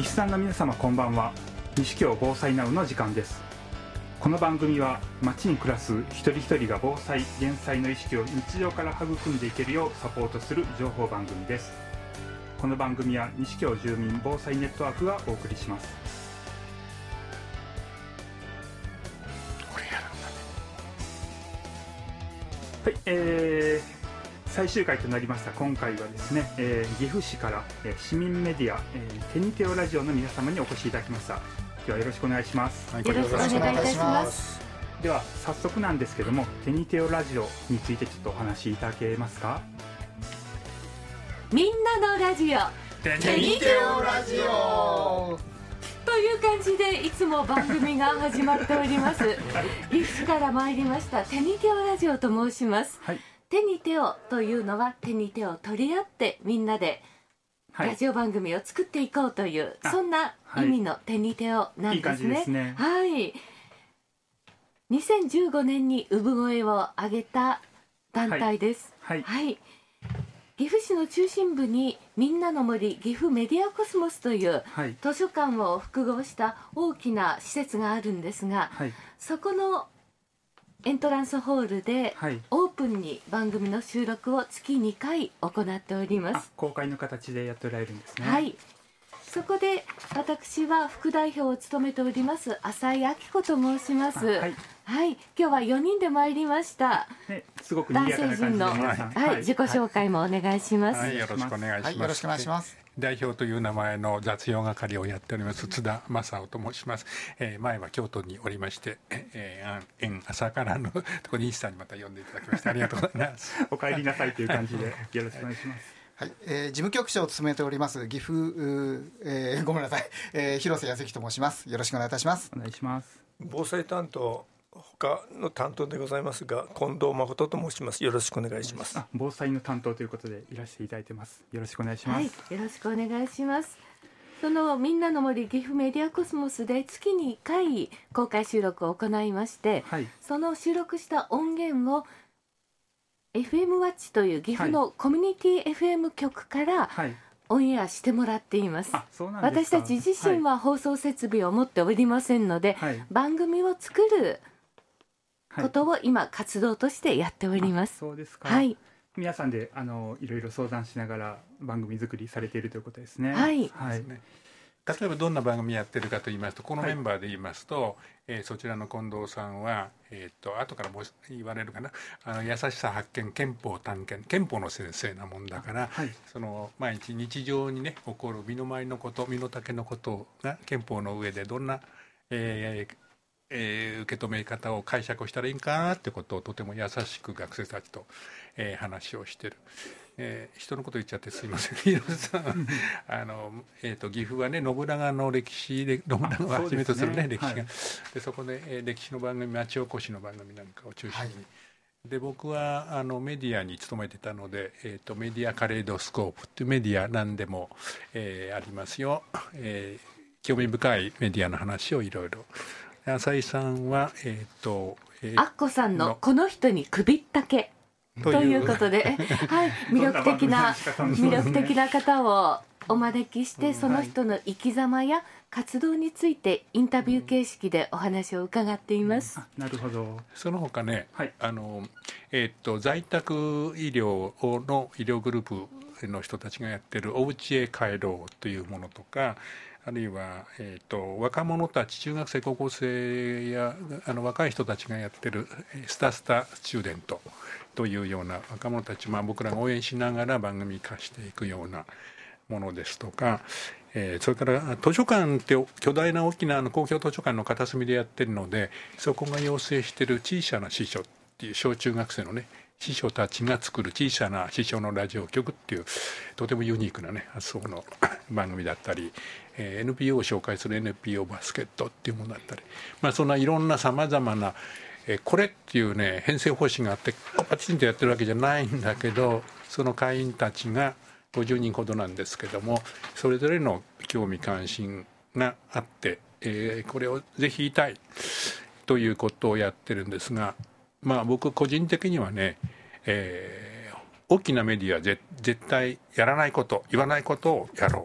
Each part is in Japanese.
リスナーの皆様こんばんは。西京防災ナウの時間です。この番組は街に暮らす一人一人が防災・減災の意識を日常から育んでいけるようサポートする情報番組です。この番組は西京住民防災ネットワークがお送りします。これやるんだね。はい、最終回となりました今回はですね、岐阜市から、市民メディア、テニテオラジオの皆様にお越しいただきました。今日はよろしくお願いします。 よろしくお願いいたします。 では早速なんですけども、テニテオラジオについてちょっとお話しいただけますか。 みんなのラジオテニテオラジオという感じでいつも番組が始まっております岐阜市から参りましたテニテオラジオと申します、 はい、 手に手をというのは手に手を取り合ってみんなでラジオ番組を作っていこうという、そんな意味の手に手をなんですね。 いい感じですね。 はい。2015年に産声を上げた団体です。 はい。 はい。岐阜市の中心部にみんなの森岐阜メディアコスモスという、図書館を複合した大きな施設があるんですが、そこのエントランスホールでオープンに番組の収録を月2回行っております。 公開の形でやっておられるんですね。 はい。そこで私は副代表を務めております浅井明子と申します。はい。今日は4人で参りました。 すごく賑やかな感じで皆さん、 自己紹介もお願いします。 よろしくお願いします。 よろしくお願いします。 代表という名前の雑用係をやっております津田正夫と申します。前は京都におりまして、朝からのところに西さんにまた呼んでいただきましてありがとうございます。 お帰りなさいという感じでよろしくお願いします。 はい、事務局長を務めております岐阜、ごめんなさい、広瀬康樹と申します。よろしくお願いいたします。 お願いします。 防災担当他の担当でございますが近藤誠と申します。よろしくお願いします。 防災の担当ということでいらしていただいてます。よろしくお願いします。 はい、よろしくお願いします。そのみんなの森岐阜メディアコスモスで月に1回公開収録を行いまして、その収録した音源を FM ワッチという岐阜のコミュニティ FM 局からオンエアしてもらっています。私たち自身は放送設備を持っておりませんので、番組を作ることを今活動としてやっております。 そうですか。はい。皆さんでいろいろ相談しながら番組作りされているということですね。 はい。 例えばどんな番組やってるかと言いますと、このメンバーで言いますと、そちらの近藤さんは、後からも言われるかな、優しさ発見憲法探検憲法の先生なもんだから、その毎日日常にね起こる身の回りのこと身の丈のことが憲法の上でどんな、受け止め方を解釈をしたらいいかなってことをとても優しく学生たちと、話をしてる。人のこと言っちゃってすいません。広瀬さん岐阜はね信長の歴史で信長をはじめとするね歴史が、でそこで、歴史の番組町おこしの番組なんかを中心に、で僕はメディアに勤めてたので、メディアカレイドスコープっていうメディア何でも、ありますよ、興味深いメディアの話をいろいろ。浅井さんはアッコさんのこの人に首ったけということで、魅力的な方をお招きして、その人の生き様や活動についてインタビュー形式でお話を伺っています。 なるほど。 その他ね、在宅医療の医療グループの人たちがやってるお家へ帰ろうというものとか、あるいは、若者たち中学生高校生や若い人たちがやってるスタスタスチューデントというような若者たち、僕らが応援しながら番組化していくようなものですとか、それから図書館って巨大な大きな公共図書館の片隅でやってるので、そこが養成してる小さな司書っていう小中学生のね司書たちが作る小さな司書のラジオ局っていうとてもユニークなね発想の番組だったり、NPO を紹介する NPO バスケットっていうものだったり、そんないろんなさまざまなこれっていうね編成方針があってパチンとやってるわけじゃないんだけど、その会員たちが50人ほどなんですけども、それぞれの興味関心があって、これをぜひ言いたいということをやってるんですが、僕個人的にはね、大きなメディアは絶対やらないこと言わないことをやろう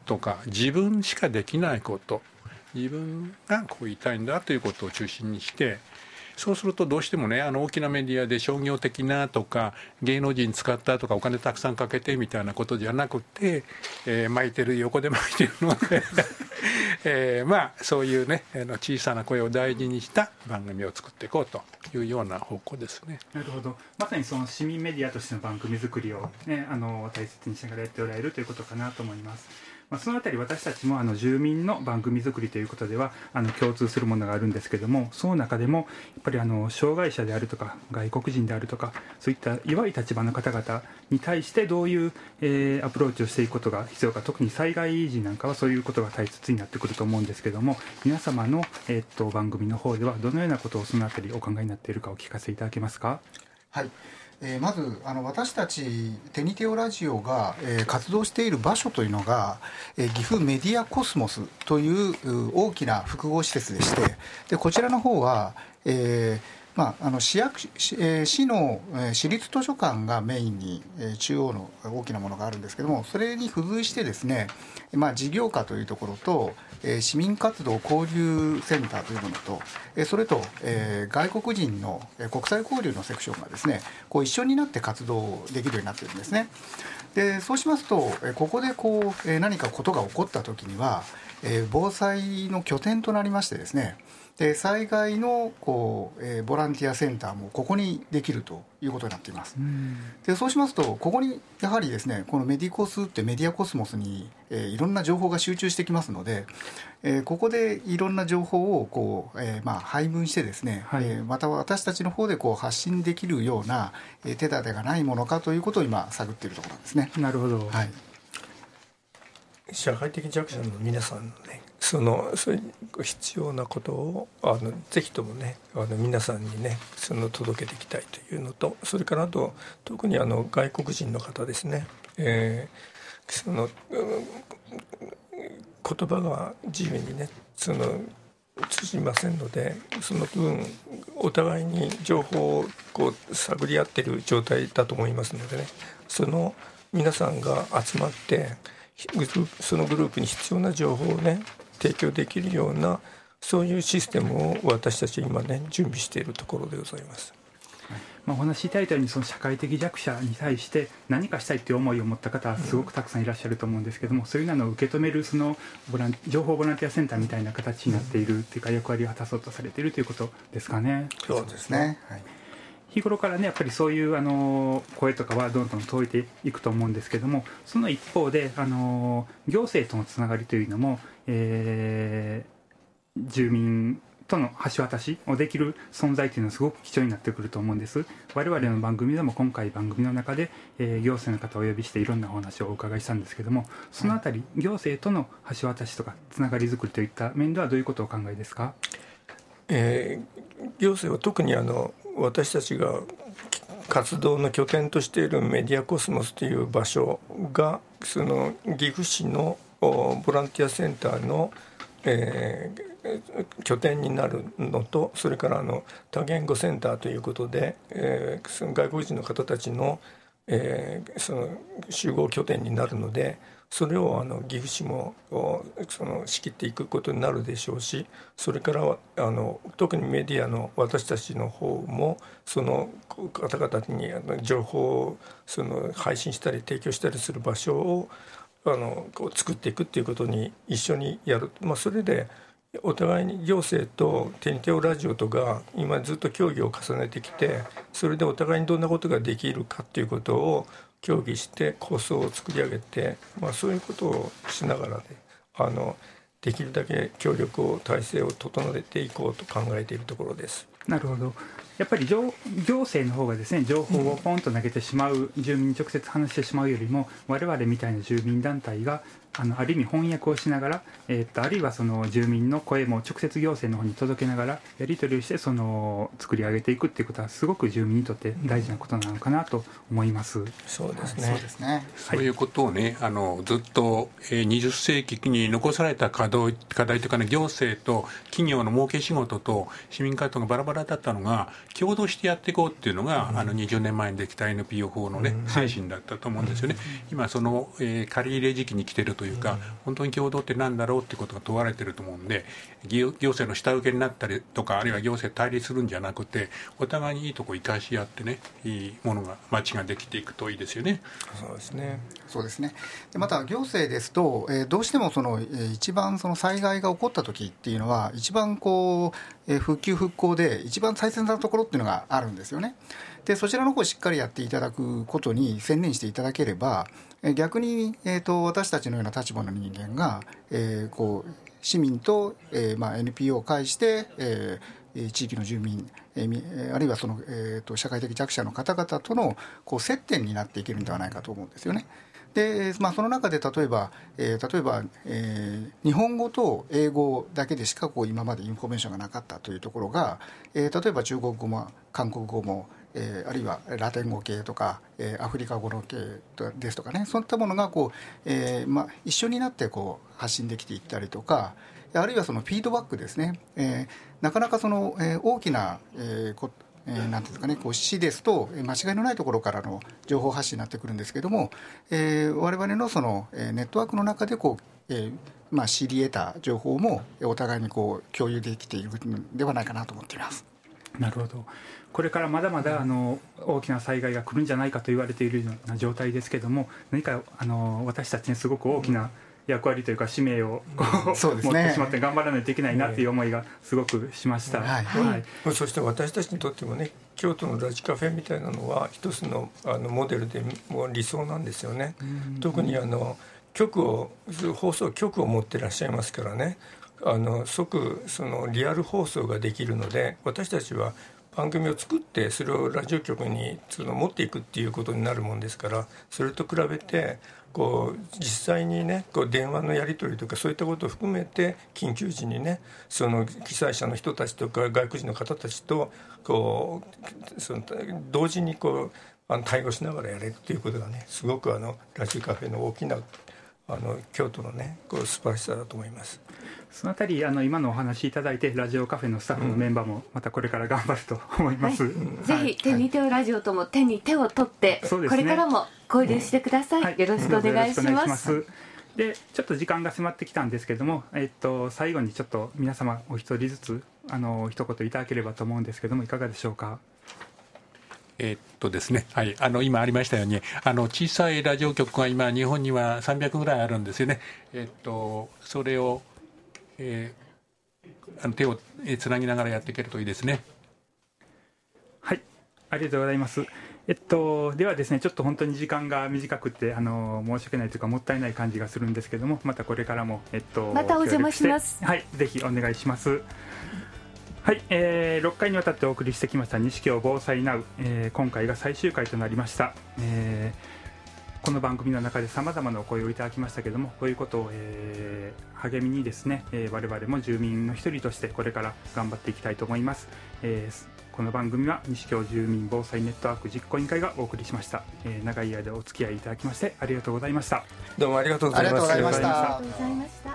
とか自分しかできないこと、自分がこう言いたいんだということを中心にして、そうするとどうしてもね、大きなメディアで商業的なとか芸能人使ったとかお金たくさんかけてみたいなことじゃなくて、巻いてる横で巻いてるのでまあそういうね小さな声を大事にした番組を作っていこうというような方向ですね。 なるほど。まさにその市民メディアとしての番組作りを、ね、大切にしながらやっておられるということかなと思います。そのあたり私たちも住民の番組作りということでは共通するものがあるんですけれども、その中でもやっぱり障害者であるとか外国人であるとかそういった弱い立場の方々に対してどういう、アプローチをしていくことが必要か、特に災害時なんかはそういうことが大切になってくると思うんですけれども、皆様の、番組の方ではどのようなことをそのあたりお考えになっているかお聞かせいただけますか。 はい、まず私たちテニテオラジオが、活動している場所というのが、岐阜メディアコスモスという大きな複合施設でして、でこちらの方は、市の市立図書館がメインに中央の大きなものがあるんですけども、それに付随してですね、事業課というところと市民活動交流センターというものとそれと外国人の国際交流のセクションがですねこう一緒になって活動できるようになっているんですね。でそうしますとここで何かことが起こった時には防災の拠点となりましてですね、で災害のボランティアセンターもここにできるということになっています。でそうしますとここにやはりですねこのメディコスってメディアコスモスにいろんな情報が集中してきますので、ここでいろんな情報を配分してですね、はい、また私たちの方で発信できるような手立てがないものかということを今探っているところなんですね。 なるほど、 はい、 社会的弱者の皆さんのねそういう必要なことをぜひともね皆さんにね届けていきたいというのと、それからあと特に外国人の方ですね、言葉が自由にね通じませんので、その分お互いに情報を探り合っている状態だと思いますのでね、その皆さんが集まってそのグループに必要な情報をね提供できるようなそういうシステムを私たち今ね準備しているところでございます。 お話しいただいたようにその社会的弱者に対して何かしたいという思いを持った方はすごくたくさんいらっしゃると思うんですけども、そういうのを受け止める情報ボランティアセンターみたいな形になっているというか役割を果たそうとされているということですかね。 そうですね、はい、 日頃からねやっぱりそういう声とかはどんどん届いていくと思うんですけども、その一方で行政とのつながりというのも、住民との橋渡しをできる存在というのはすごく貴重になってくると思うんです。我々の番組でも今回番組の中で、行政の方をお呼びしていろんなお話をお伺いしたんですけども、そのあたり行政との橋渡しとかつながりづくりといった面ではどういうことをお考えですか。 行政は特に私たちが活動の拠点としているメディアコスモスという場所が岐阜市のボランティアセンターの、拠点になるのと、それから多言語センターということで、外国人の方たちの、集合拠点になるので、それを岐阜市も仕切っていくことになるでしょうし、それから特にメディアの私たちの方もその方々に情報を配信したり提供したりする場所を作っていくっていうことに一緒にやる、それでお互いに行政とテニテオラジオとが今ずっと協議を重ねてきて、それでお互いにどんなことができるかっていうことを協議して構想を作り上げて、そういうことをしながらできるだけ協力体制を整えていこうと考えているところです。 なるほど。やっぱり行政の方がですね情報をポンと投げてしまう、住民に直接話してしまうよりも我々みたいな住民団体がある意味翻訳をしながら、あるいはその住民の声も直接行政の方に届けながらやり取りをして作り上げていくっていうことはすごく住民にとって大事なことなのかなと思います。 そうですね、 そうですね。 そういうことをねずっと20世紀に残された課題というかね、行政と企業の儲け仕事と市民活動がバラバラだったのが共同してやっていこうっていうのが、20年前にできた NPO 法のね、精神だったと思うんですよね。今その、借り入れ時期に来てるというか、本当に共同って何だろうっていうことが問われてると思うんで、行政の下請けになったりとか、あるいは行政対立するんじゃなくて、お互いにいいとこ生かし合ってね、いいものが街ができていくといいですよね。 そうですね。そうですね。でまた行政ですと、どうしてもその、一番その災害が起こった時っていうのは一番こう、復旧復興で一番大切なところっていうのがあるんですよね。でそちらの方をしっかりやっていただくことに専念していただければ、逆に、私たちのような立場の人間が、こう市民と、NPO を介して、地域の住民、あるいはその、社会的弱者の方々とのこう接点になっていけるんではないかと思うんですよね。でその中で例えば、日本語と英語だけでしかこう今までインフォメーションがなかったというところが、例えば中国語も韓国語も、あるいはラテン語系とか、アフリカ語の系ですとかね、そういったものがこう、一緒になってこう発信できていったりとか、あるいはそのフィードバックですね、なかなかその、大きな、なんていうかね、こう市ですと間違いのないところからの情報発信になってくるんですけども、我々のそのネットワークの中でこう、知り得た情報もお互いにこう共有できているのではないかなと思っています。 なるほど。これからまだまだ大きな災害が来るんじゃないかと言われているような状態ですけども、何か私たちにすごく大きな役割というか使命をこう、持ってしまって頑張らないといけないなという思いがすごくしました。 そして私たちにとってもね、京都のラジカフェみたいなのは一つのモデルでもう理想なんですよね。特に放送局を持ってらっしゃいますからね、即そのリアル放送ができるので、私たちは番組を作ってそれをラジオ局に持っていくっていうことになるもんですから、それと比べてこう実際にね、こう電話のやり取りとかそういったことを含めて緊急時にね、その被災者の人たちとか外国人の方たちとこう同時にこう対応しながらやれるっていうことがね、すごくラジオカフェの大きな京都のね、こう素晴らしさだと思います。 そのあたり今のお話いただいて、ラジオカフェのスタッフのメンバーもまたこれから頑張ると思います。 ぜひ手に手をラジオとも手に手を取って、これからも交流してください。よろしくお願いします。 でちょっと時間が迫ってきたんですけれども、最後にちょっと皆様お一人ずつ一言いただければと思うんですけども、いかがでしょうか。 ですね、はい、今ありましたように小さいラジオ局が今日本には300ぐらいあるんですよね。それを、手をつなぎながらやっていけるといいですね。 はい、ありがとうございます。ではですね、ちょっと本当に時間が短くて申し訳ないというかもったいない感じがするんですけども、またこれからもまたお邪魔します。 はい、ぜひお願いします。はい、6回にわたってお送りしてきました西京防災ナウ、今回が最終回となりました。この番組の中でさまざまなお声をいただきましたけれども、こういうことを、励みにですね、我々も住民の一人としてこれから頑張っていきたいと思います。この番組は西京住民防災ネットワーク実行委員会がお送りしました。長い間お付き合いいただきましてありがとうございました。 どうもありがとうございました。 ありがとうございました。